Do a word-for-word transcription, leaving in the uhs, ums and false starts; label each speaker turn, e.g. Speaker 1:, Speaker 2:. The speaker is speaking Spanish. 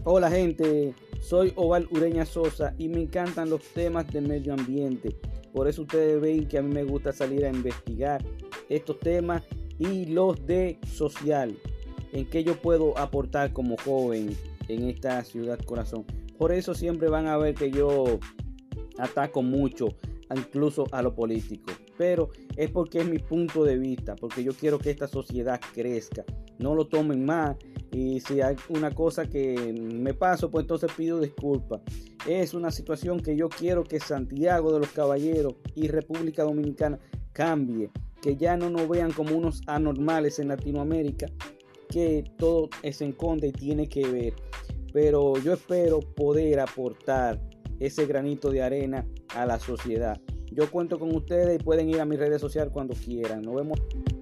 Speaker 1: Hola gente, soy Oval Ureña Sosa y me encantan los temas de medio ambiente. Por eso ustedes ven que a mí me gusta salir a investigar estos temas y los de social, en que yo puedo aportar como joven en esta ciudad corazón. Por eso siempre van a ver que yo ataco mucho, incluso a lo político. Pero es porque es mi punto de vista, porque yo quiero que esta sociedad crezca. No lo tomen más. Y si hay una cosa que me paso, pues entonces pido disculpas. Es una situación que yo quiero que Santiago de los Caballeros y República Dominicana cambie. Que ya no nos vean como unos anormales en Latinoamérica, que todo es en contra y tiene que ver. Pero yo espero poder aportar ese granito de arena a la sociedad. Yo cuento con ustedes y pueden ir a mis redes sociales cuando quieran. Nos vemos.